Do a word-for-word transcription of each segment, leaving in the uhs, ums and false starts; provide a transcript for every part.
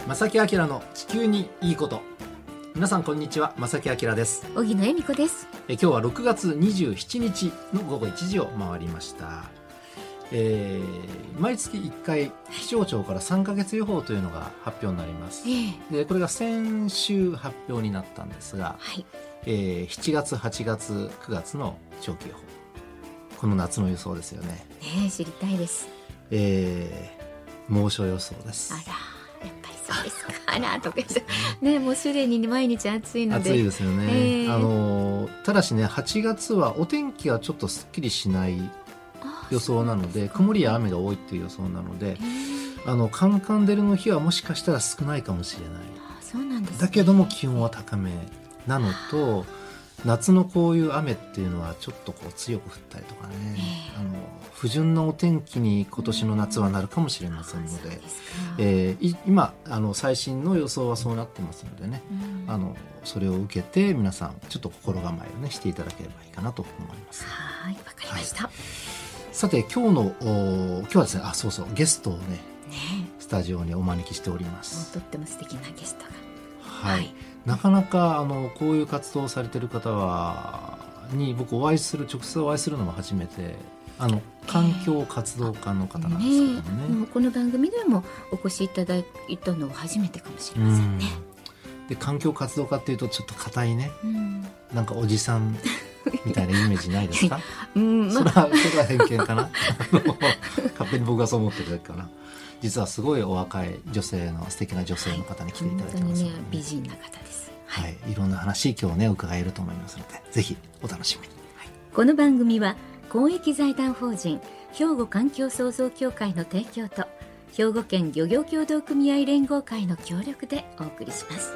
正木明の地球にいいこと。皆さんこんにちは、正木明です。 荻野恵美子です。 え今日はろくがつにじゅうしちにちのごごいちじを回りました。えー、毎月いっかい気象庁からさんかげつ予報というのが発表になります、えー、でこれが先週発表になったんですが、はい、えー、しちがつはちがつくがつの長期予報、この夏の予想ですよね。 ねえ、知りたいです。 えー、猛暑予想です。 あら、やっぱりそうですか。あらとかね、もうすでに毎日暑いので暑いですよね、えー、あのただしね、はちがつはお天気がちょっとすっきりしない予想なので、曇りや雨が多いっていう予想なので、あのカンカン照れの日はもしかしたら少ないかもしれない。 あ、そうなんですね。 だけども気温は高めなのと、夏のこういう雨っていうのはちょっとこう強く降ったりとかね、あの不順なお天気に今年の夏はなるかもしれませんので、えー、今あの最新の予想はそうなってますのでね、うん、あのそれを受けて皆さんちょっと心構えをねしていただければいいかなと思います。 はい、わかりました、はい。 さて今日の今日はですね、あ、そうそう、ゲストを ね, ねスタジオにお招きしております。 とっても素敵なゲストが、 はい、はい、なかなかあのこういう活動をされている方はに僕お会いする直接お会いするのも初めて、あの環境活動家の方なんですけどね、えー、 ね、この番組でもお越しいただいたのは初めてかもしれませんね。 んで環境活動家っていうとちょっと硬いね、うん、なんかおじさんみたいなイメージないですか？うん、まあ、それはそれは偏見かな勝手に僕がそう思ってるだけかな。実はすごいお若い女性の素敵な女性の方に来ていただいてますので、ね、 本当にね、美人な方です、 はいはい、いろんな話今日ね伺えると思いますので、ぜひお楽しみに、はい、 この番組は公益財団法人兵庫環境創造協会の提供と兵庫県漁業協同組合連合会の協力でお送りします。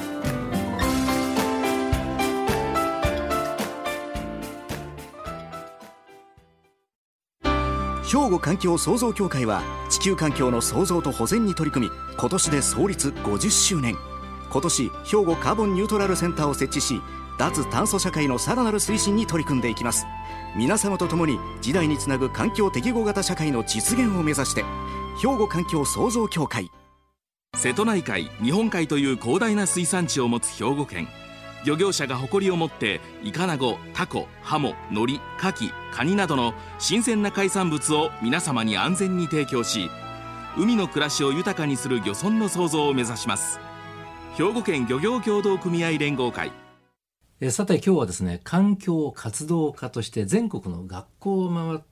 兵庫環境創造協会は地球環境の創造と保全に取り組み、今年で創立ごじゅっしゅうねん。今年兵庫カーボンニュートラルセンターを設置し、脱炭素社会のさらなる推進に取り組んでいきます。皆様と共に時代につなぐ環境適合型社会の実現を目指して、兵庫環境創造協会。 瀬戸内海、日本海という広大な水産地を持つ兵庫県。漁業者が誇りを持ってイカナゴ、タコ、ハモ、ノリ、カキ、カニなどの新鮮な海産物を皆様に安全に提供し、海の暮らしを豊かにする漁村の創造を目指します。兵庫県漁業協同組合連合会。 えさて今日はですね、環境活動家として全国の学校を回って、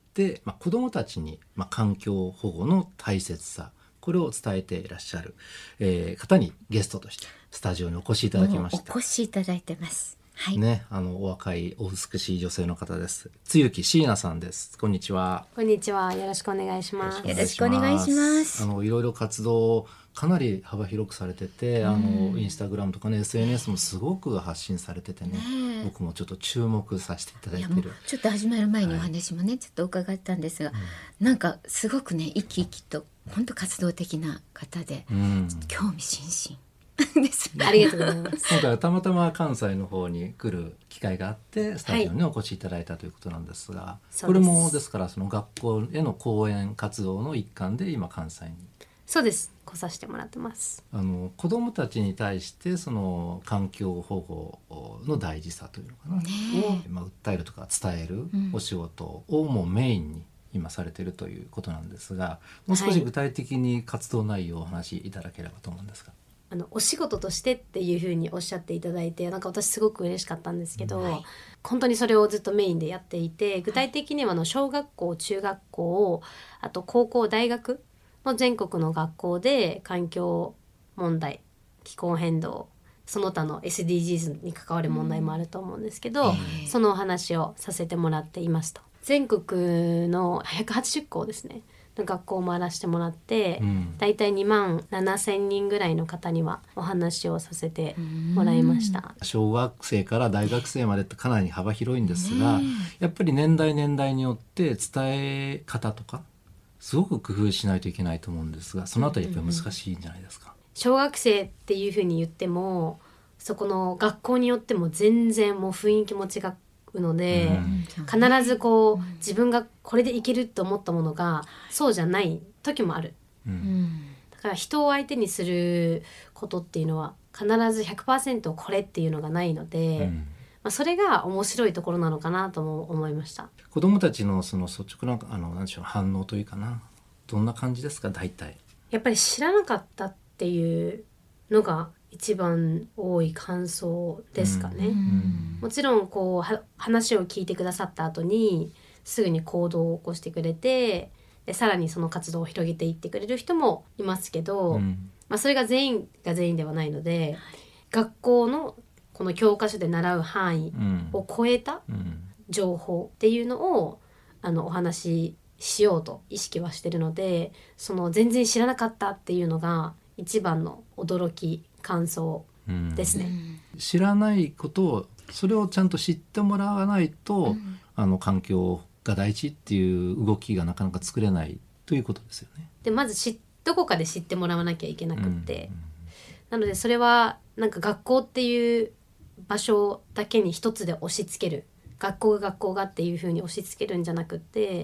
まあ、子どもたちに、まあ、環境保護の大切さ、これを伝えていらっしゃる、えー、方にゲストとしてスタジオにお越しいただきました。 お越しいただいてます、はい、 ね、あのお若いお美しい女性の方です。露木椎名さんです。こんにちは。 こんにちは、よろしくお願いします。 よろしくお願いします。 あのいろいろ活動かなり幅広くされてて、あのインスタグラムとかね エスエヌエス もすごく発信されてて ね, ね僕もちょっと注目させていただいている。 ちょっと始まる前にお話もね、はい、ちょっと伺ったんですが、うん、なんかすごくね生き生きと本当活動的な方で、うん、興味津々ですありがとうございます。 今回はたまたま関西の方に来る機会があってスタジオにお越しいただいたということなんですが、はい、これもですからその学校への講演活動の一環で今関西に。 そうです、来させてもらってます。 あの子どもたちに対してその環境保護の大事さというのかな、ね、を、まあ、訴えるとか伝えるお仕事をもうメインに今されているということなんですが、もう少し具体的に活動内容をお話しいただければと思うんですが、 あのお仕事としてっていうふうにおっしゃっていただいて、なんか私すごく嬉しかったんですけど、はい、本当にそれをずっとメインでやっていて、具体的にはあの小学校、中学校、あと高校、大学の全国の学校で環境問題、気候変動、その他の エスディージーズ に関わる問題もあると思うんですけど、うん、そのお話をさせてもらっていますと。全国のひゃくはちじゅっこうですねの学校を回らせてもらって、うん、だいたいにまんななせんにんぐらいの方にはお話をさせてもらいました。 小学生から大学生までってかなり幅広いんですが、やっぱり年代年代によって伝え方とかすごく工夫しないといけないと思うんですが、そのあたりやっぱり難しいんじゃないですか？うんうん、 小学生っていうふうに言ってもそこの学校によっても全然もう雰囲気も違うので、うん、必ずこう自分がこれでいけると思ったものがそうじゃない時もある、うん、 だから人を相手にすることっていうのは必ず ひゃくパーセント これっていうのがないので、うんまあ、それが面白いところなのかなとも思いました。 子どもたちのその率直なあのなんでしょう反応というかな、どんな感じですか大体。 やっぱり知らなかったっていうのが一番多い感想ですかね、うん、もちろんこう話を聞いてくださった後にすぐに行動を起こしてくれて、でさらにその活動を広げていってくれる人もいますけど、うんまあ、それが全員が全員ではないので、学校のこの教科書で習う範囲を超えた情報っていうのをあのお話ししようと意識はしてるので、その全然知らなかったっていうのが一番の驚き感想ですね、 うん、知らないことをそれをちゃんと知ってもらわないと、うん、あの環境が大事っていう動きがなかなか作れないということですよね。 でまずしどこかで知ってもらわなきゃいけなくって、うんうん、なのでそれはなんか学校っていう場所だけに一つで押し付ける、学校が学校がっていう風に押し付けるんじゃなくって、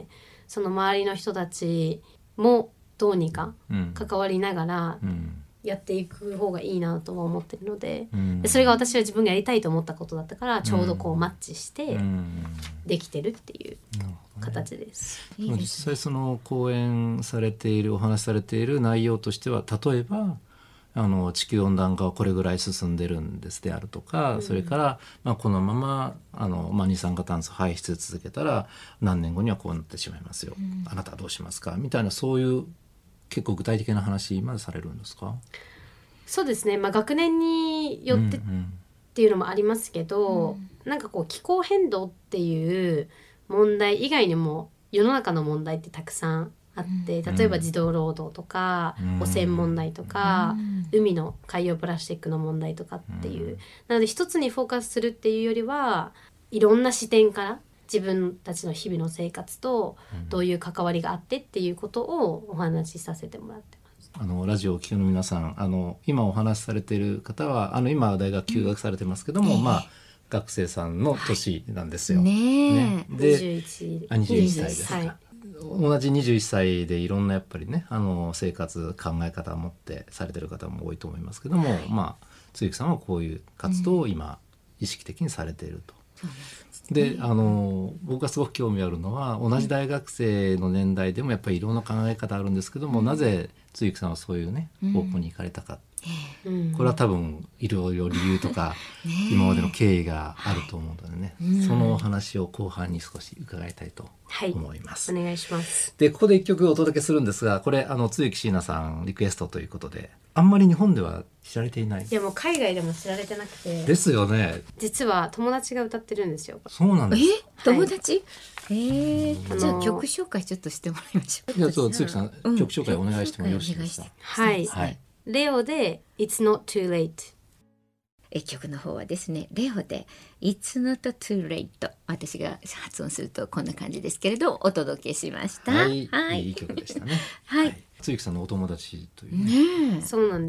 その周りの人たちもどうにか関わりながらやっていく方がいいなとは思ってるので、うん、でそれが私は自分がやりたいと思ったことだったからちょうどこうマッチしてできてるっていう形です、 うんうんね、実際その講演されているお話しされている内容としては、例えばあの地球温暖化はこれぐらい進んでるんですであるとか、うん、それから、まあ、このままあの、まあ、二酸化炭素排出続けたら何年後にはこうなってしまいますよ、うん、あなたはどうしますかみたいな、そういう結構具体的な話までされるんですか？ そうですね、まあ、学年によってっていうのもありますけど、うんうん、なんかこう気候変動っていう問題以外にも世の中の問題ってたくさんあって、例えば児童労働とか、うん、汚染問題とか、うん、海の海洋プラスチックの問題とかっていう、うん、なので一つにフォーカスするっていうよりはいろんな視点から自分たちの日々の生活とどういう関わりがあってっていうことをお話しさせてもらってます。 あのラジオを聴くの皆さん、あの今お話しされている方はあの今大学休学されてますけども、うん、まあ学生さんの年なんですよ、 はい、ねねでにじゅういち、あにじゅういっさいですか、はい、同じにじゅういっさいでいろんなやっぱりねあの生活考え方を持ってされてる方も多いと思いますけども、はい、まあ露木さんはこういう活動を今意識的にされていると、うんであの僕がすごく興味あるのは、同じ大学生の年代でもやっぱりいろんな考え方あるんですけども、うん、なぜ露木さんはそういうね方向に行かれたか、うん、これは多分いろいろ理由とか今までの経緯があると思うのでね、はい、そのお話を後半に少し伺いたいと思います、 はい、お願いします。 でここで一曲お届けするんですが、これあの露木椎名さんリクエストということで、あんまり日本では知られていない。 いやもう海外でも知られてなくてですよね。 実は友達が歌ってるんですよ。 そうなんです。 え友達、はい、えー、じゃあ曲紹介ちょっとしてもらいましょう。 じゃあちょっと露木さん、うん、曲紹介お願いしてもよろしいですか？ はい、はい、レオで It's not too late。 え曲の方はですね、レオで It's not too late、 私が発音するとこんな感じですけれどお届けしました。 はい、はい、いい曲でしたねはい、はい、 露木さんのお友達というね。 ね、そうなんです。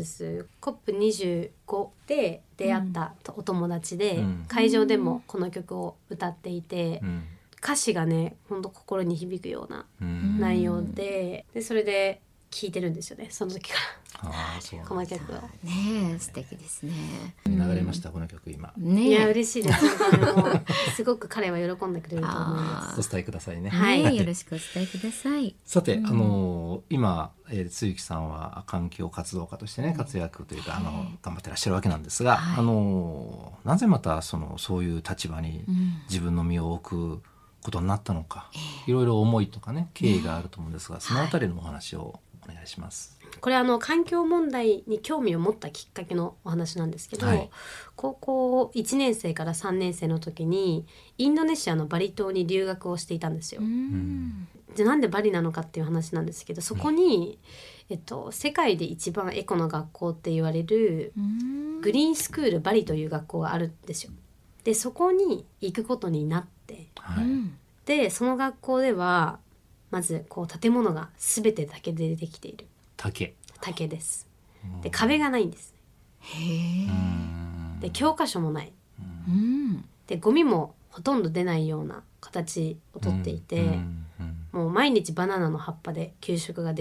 コップにじゅうご で出会ったお友達で、うん、会場でもこの曲を歌っていて、うん、歌詞がね本当心に響くような内容で、でそれで聴いてるんですよね、その時からあそうこの曲をね。素敵ですね。 流れました、うん、この曲今、 ね、いや嬉しいです。もうすごく彼は喜んでくれると思います。 お伝えくださいね。 はい、よろしくお伝えください。 さて、うん、あの今、えー、露木さんは環境活動家としてね活躍というか、あの頑張ってらっしゃるわけなんですが、はい、あのなぜまたそのそういう立場に自分の身を置くことになったのか、うん、いろいろ思いとかね経緯があると思うんですが、ね、そのあたりのお話をお願いします。 これあの環境問題に興味を持ったきっかけのお話なんですけど、はい、高校いちねん生からさんねん生の時にインドネシアのバリ島に留学をしていたんですよ。うんじゃあなんでバリなのかっていう話なんですけど、そこに、うんえっと、世界で一番エコの学校って言われるグリーンスクールバリという学校があるんですよ。でそこに行くことになって、はい、でその学校ではまずこう建物が全て竹でできている。 竹竹です。で壁がないんです。 へー。 で教科書もない。でゴミもほとんど出ないような形をとっていて、もう毎日バナナの葉っぱで給食が出る。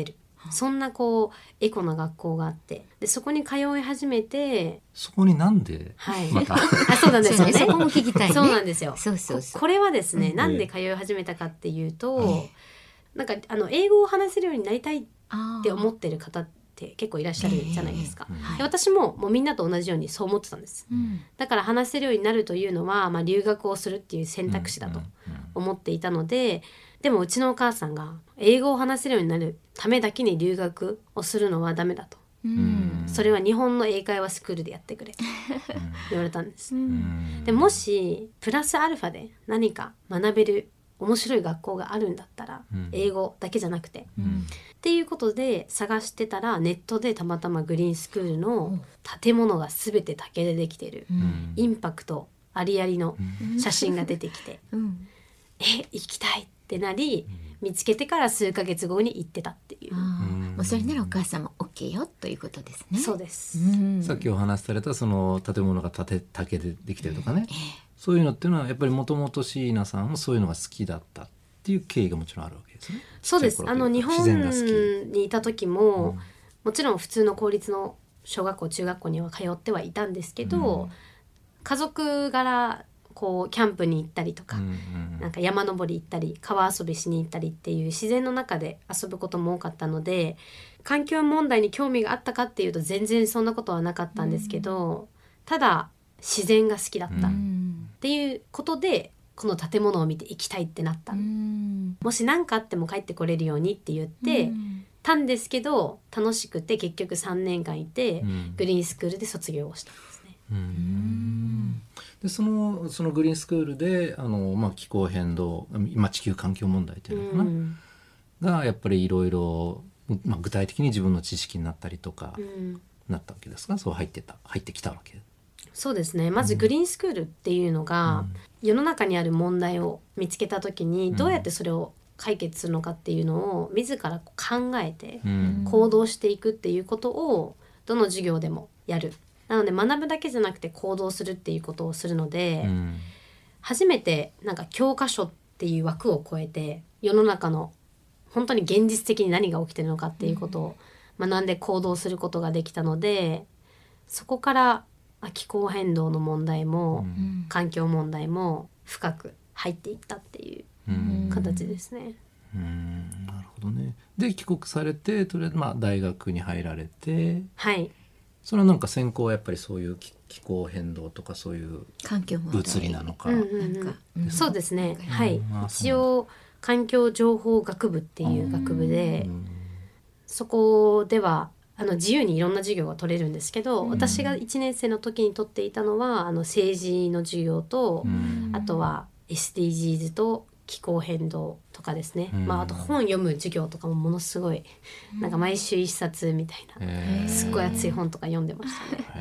そんなこうエコな学校があって、でそこに通い始めて、 そこになんではい、 またあそうなんですよね。 そこも聞きたいね。 そうなんですよ。 そうそうそうここれはですね、 うんなんで通い始めたかっていうと、 うんなんかあの英語を話せるようになりたいっって思ってる方って結構いらっしゃるじゃないですか。 うんで私ももうみんなと同じようにそう思ってたんです。 うんだから話せるようになるというのは、まあ、留学をするっていう選択肢だと思っていたので、でもうちのお母さんが英語を話せるようになるためだけに留学をするのはダメだと、 うんそれは日本の英会話スクールでやってくれ言われたんです。 うんでもしプラスアルファで何か学べる面白い学校があるんだったら、 うん英語だけじゃなくて、 うんっていうことで探してたら、ネットでたまたまグリーンスクールの建物が全て竹でできてる、 うんインパクトありありの写真が出てきて、 うんえ行きたいってなり、見つけてから数ヶ月後に行ってたっていう、 あーもうそれならお母さんも OK よということですね。 そうです、 うんさっきお話しされたその建物が建て竹でできてるとかね、そういうのっていうのはやっぱりもともと椎名さんもそういうのが好きだったっていう経緯がもちろんあるわけですね。 そうです。 ちっちゃい頃あの日というか自然が好き。 本にいた時も、もちろん普通の公立の小学校中学校には通ってはいたんですけど、 うん家族柄こうキャンプに行ったりとか、 うんうんなんか山登り行ったり川遊びしに行ったりっていう自然の中で遊ぶことも多かったので、環境問題に興味があったかっていうと全然そんなことはなかったんですけど、ただ自然が好きだったうっんていうことで、この建物を見て行きたいってなった、 うんもし何かあっても帰ってこれるようにって言って、 うんたんですけど、楽しくて結局さんねんかんいて、 うんグリーンスクールで卒業をしたんですね。 うんでそのそのグリーンスクールであの、まあ、気候変動、まあ、地球環境問題っていうのかな、 うんがやっぱりいろいろまあ具体的に自分の知識になったりとかうんなったわけですか、そう入ってた入ってきたわけ。 そうですね。まずグリーンスクールっていうのが、世の中にある問題を見つけた時にどうやってそれを解決するのかっていうのを自ら考えてうん行動していくっていうことをどの授業でもやる。なので学ぶだけじゃなくて行動するっていうことをするので、 うん初めてなんか教科書っていう枠を超えて世の中の本当に現実的に何が起きてるのかっていうことを学んで行動することができたので、そこからあ気候変動の問題も、 うん環境問題も深く入っていったっていううん形ですね。 うんなるほどね。で帰国されてとりあえずまあ大学に入られて、 はい。 それはなんか専攻はやっぱりそういう気気候変動とかそういう環境問題物理なのか。 うんうんうんなんかうんそうですね。はい。 あ一応環境情報学部っていう学部で、 うんそこではあの自由にいろんな授業が取れるんですけど、私がいちねん生の時に取っていたのはあの政治の授業と、 うんあとは エスディージーズ と気候変動とかですね、 うんまあ、あと本読む授業とかもものすごいなんか毎週一冊みたいな、 へーすっごい熱い本とか読んでましたね。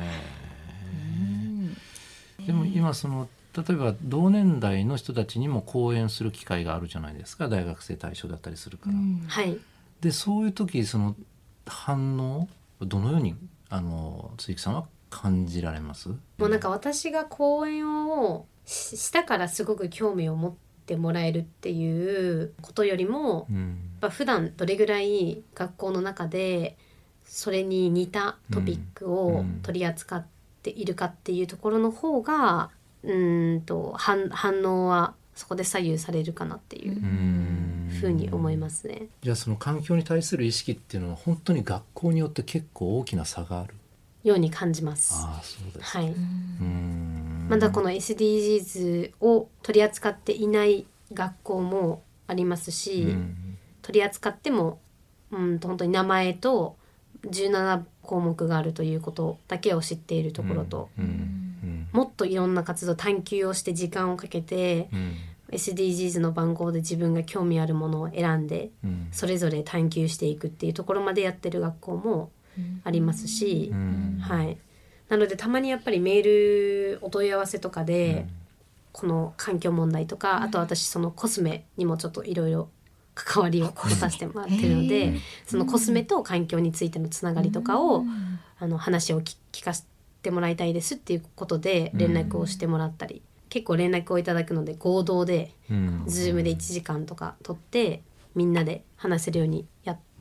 でも今その例えば同年代の人たちにも講演する機会があるじゃないですか、大学生対象だったりするから。 はい。 でそういう時その反応どのようにあの鈴木さんは感じられます？ もうなんか私が講演をししたからすごく興味を持ってもらえるっていうことよりも、 うんやっぱ普段どれぐらい学校の中でそれに似たトピックを取り扱っているかっていうところの方が、うーんと反反応はそこで左右されるかなっていううんふうに思いますね。 じゃあその環境に対する意識っていうのは本当に学校によって結構大きな差がある。 ように感じます。 ああそうですか。 はい。 うんまだこの エスディージーズ を取り扱っていない学校もありますし、 うん取り扱ってもうんと本当に名前とじゅうななこうもくがあるということだけを知っているところと、 うんうんもっといろんな活動探求をして時間をかけて、 うんエスディージーズ の番号で自分が興味あるものを選んでうんそれぞれ探求していくっていうところまでやってる学校もありますし、 うんはい、なのでたまにやっぱりメールお問い合わせとかで、この環境問題とか、あと私そのコスメにもちょっといろいろ関わりを持たせてもらってるので、そのコスメと環境についてのつながりとかを、あの話を聞聞かせてもらいたいですっていうことで連絡をしてもらったり、結構連絡をいただくので合同でうんズームでいちじかんとか取ってみんなで話せるようにやっ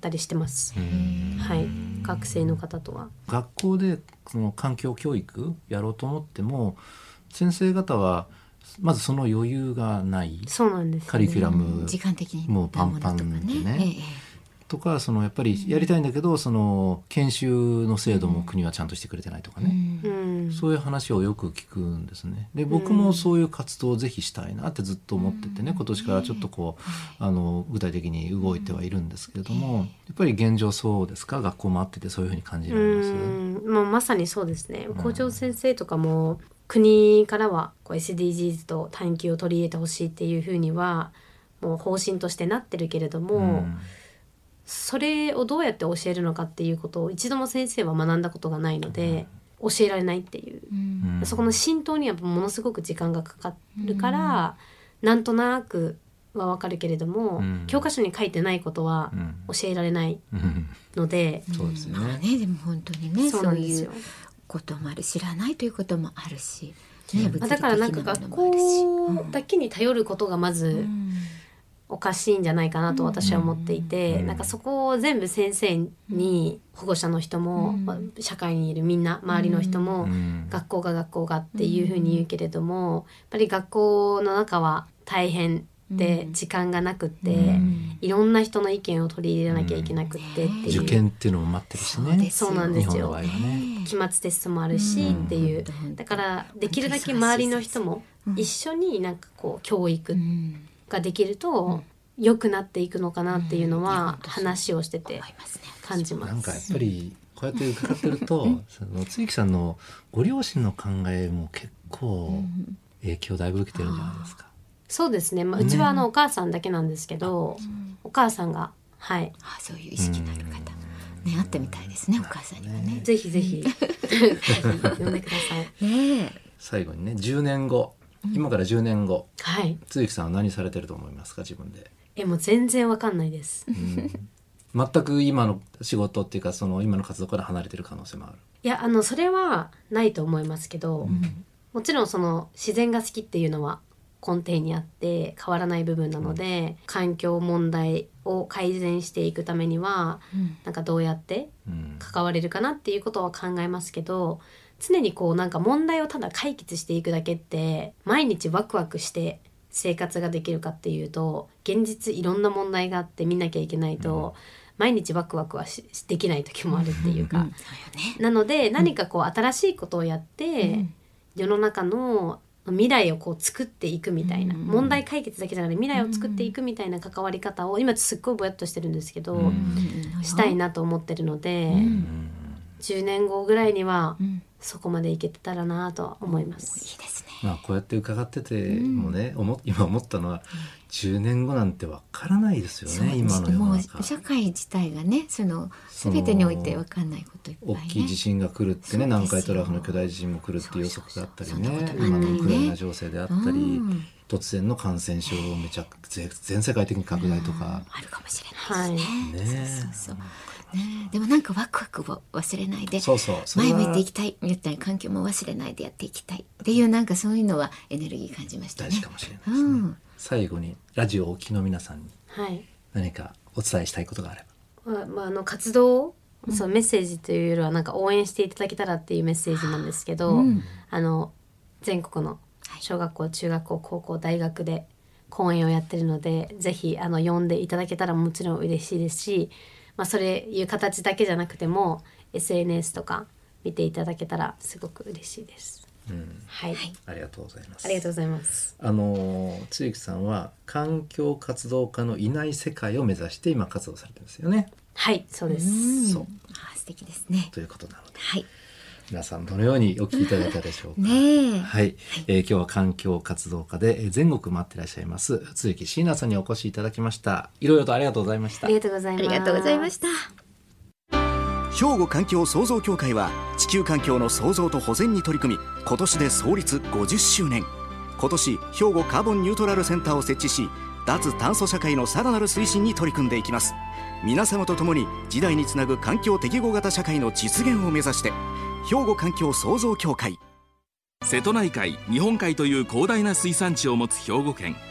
ったりしてます。はい、学生の方とは。 学校でその環境教育やろうと思っても先生方はまずその余裕がない。 そうなんです、ね、 カリキュラム時間的にもうパンパンでね、ええとかそのやっぱりやりたいんだけど、その研修の制度も国はちゃんとしてくれてないとかね、うん、そういう話をよく聞くんですね。で僕もそういう活動をぜひしたいなってずっと思っててね、今年からちょっとこうあの具体的に動いてはいるんですけれども、やっぱり現状そうですか？学校もあっててそういうふうに感じられます？ うん、まあ、まさにそうですね。校長先生とかも国からはこう エスディージーズ と探究を取り入れてほしいっていうふうにはもう方針としてなってるけれども、うんそれをどうやって教えるのかっていうことを一度も先生は学んだことがないので、うん、教えられないっていう、うん、そこの浸透にはものすごく時間がかかるから、うん、なんとなくはわかるけれども、うん、教科書に書いてないことは教えられないので、 うんうん、そうですね、まあね、でも本当にねそういうこともある、知らないということもあるし、ね、 うん、だからなんか学校だけに頼ることがまず、うんおかしいんじゃないかなと私は思っていて、うん、なんかそこを全部先生に保護者の人も、うん、社会にいるみんな周りの人も、うん、学校が学校がっていうふうに言うけれども、やっぱり学校の中は大変で時間がなくって、うん、いろんな人の意見を取り入れなきゃいけなくってっていう、 受験っていうのも待ってるしね。 そうなんですよ、 ね、 期末テストもあるしっていう、うん、だからできるだけ周りの人も一緒になんかこう教育、うんができると良くなっていくのかなっていうのは話をしてて感じます。 なんかやっぱりこうやって伺ってるとその露木さんのご両親の考えも結構影響だいぶ受けてるんじゃないですか？ そうですね、まあ、うちはあのお母さんだけなんですけど、ね、お母さんがはいあそういう意識のある方、ね、会ってみたいですね、お母さんにはね。 ぜひぜひ呼んでくださいね。 最後にね、じゅうねんご、今からじゅうねんご、 はい、 露木さんは何されてると思いますか？自分で。 えもう全然わかんないです、うん、 全く今の仕事っていうかその今の活動から離れてる可能性もある？ いやあのそれはないと思いますけど、うん、もちろんその自然が好きっていうのは根底にあって変わらない部分なので、うん、環境問題を改善していくためには、うん、なんかどうやって関われるかなっていうことは考えますけど、常にこうなんか問題をただ解決していくだけって毎日ワクワクして生活ができるかっていうと、現実いろんな問題があって見なきゃいけないと、うん、毎日ワクワクはしできない時もあるっていうか、うんうんうん、なので何かこう新しいことをやって、うん、世の中の未来をこう作っていくみたいな、うん、問題解決だけじゃなくて未来を作っていくみたいな関わり方を今すっごいぼやっとしてるんですけど、うん、したいなと思ってるので、うん、じゅうねんごぐらいにはそこまでいけてたらなとは思います、 うん、いいですね。 まあ、こうやって伺っててもね、うん、思今思ったのは、うん、じゅうねんごなんてわからないですよね、今の世の中。 もう社会自体がね、その全てにおいてわかんないこといっぱいね。 大きい地震が来るってね、南海トラフの巨大地震も来るっていう予測があったりね、今のウクライナ情勢であったり、うん、突然の感染症をめちゃくちゃ全世界的に拡大とか、 うん、あるかもしれないですね。 はい、ね、 そうそうそうね、でもなんかワクワクを忘れないで、 そうそう、 前向いていきたいみたいな、環境も忘れないでやっていきたいっていう、なんかそういうのはエネルギー感じましたね。 大事かもしれないですね、うん、最後にラジオをお聞きの皆さんに何かお伝えしたいことがあれば。 はい、まあ、あの活動、うん、そうメッセージというよりはなんか応援していただけたらっていうメッセージなんですけど、うん、あの全国の小学校、中学校、高校、大学で講演をやってるので、ぜひあの呼んでいただけたらもちろん嬉しいですし、まあ、それいう形だけじゃなくても エスエヌエス とか見ていただけたらすごく嬉しいです、うん、はい、 ありがとうございます。 ありがとうございます。 あの露木さんは環境活動家のいない世界を目指して今活動されてるんですよね。 はい、そうです。 そう、あ、素敵ですね。 ということなので、 はい、 皆さんどのようにお聞きいただいたでしょうか。 ねえ、 はい、えー、今日は環境活動家で全国回っていらっしゃいます露木椎名さんにお越しいただきました。いろいろとありがとうございました。 ありがとうございます。 ありがとうございました。 兵庫環境創造協会は地球環境の創造と保全に取り組み、今年で創立ごじゅっしゅうねん。今年兵庫カーボンニュートラルセンターを設置し、脱炭素社会のさらなる推進に取り組んでいきます。皆様と共に時代につなぐ環境適合型社会の実現を目指して、兵庫環境創造協会。 瀬戸内海、日本海という広大な水産地を持つ兵庫県。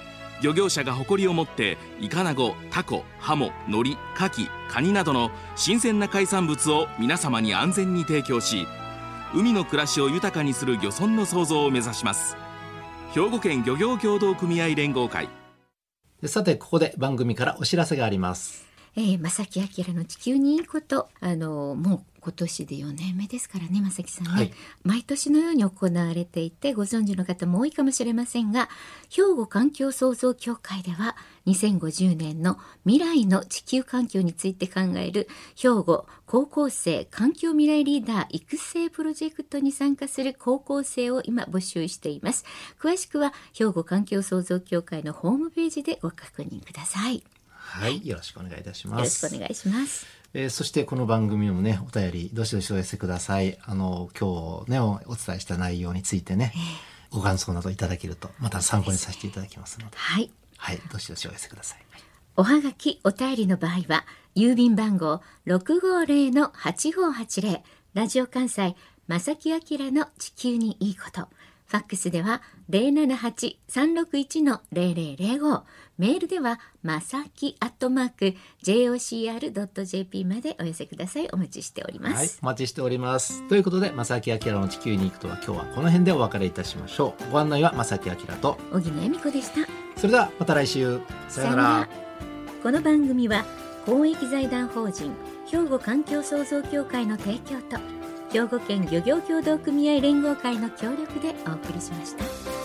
漁業者が誇りを持ってイカナゴ、タコ、ハモ、ノリ、カキ、カニなどの新鮮な海産物を皆様に安全に提供し、海の暮らしを豊かにする漁村の創造を目指します。兵庫県漁業協同組合連合会。 さてここで番組からお知らせがあります。 えー、正木明の地球にいいこと、あのもう今年でよねんめですからね、正木さんね、はい、毎年のように行われていてご存知の方も多いかもしれませんが、兵庫環境創造協会ではにせんごじゅうねんの未来の地球環境について考える兵庫高校生環境未来リーダー育成プロジェクトに参加する高校生を今募集しています。詳しくは兵庫環境創造協会のホームページでご確認ください。 はい、よろしくお願いいたします。 よろしくお願いします。 えー、そしてこの番組もね、お便りどしどしお寄せください。あの今日ね お, お伝えした内容についてね、えー、ご感想などいただけるとまた参考にさせていただきますので、 はい、 はい、どしどしお寄せください。 おはがきお便りの場合は郵便番号 ろくごーぜろのはちごーはちぜろ ラジオ関西正木明の地球にいいこと、ファックスでは ゼロななはち さんろくいち の ゼロゼロゼロご、メールではまさきアットマーク ジェイオーシーアールドットジェーピー までお寄せください。お待ちしております。 はい、お待ちしております。ということで正木明の地球に行くとは今日はこの辺でお別れいたしましょう。ご案内は正木明と小木野恵美子でした。 それではまた来週、さようなら。 この番組は公益財団法人兵庫環境創造協会の提供と兵庫県漁業協同組合連合会の協力でお送りしました。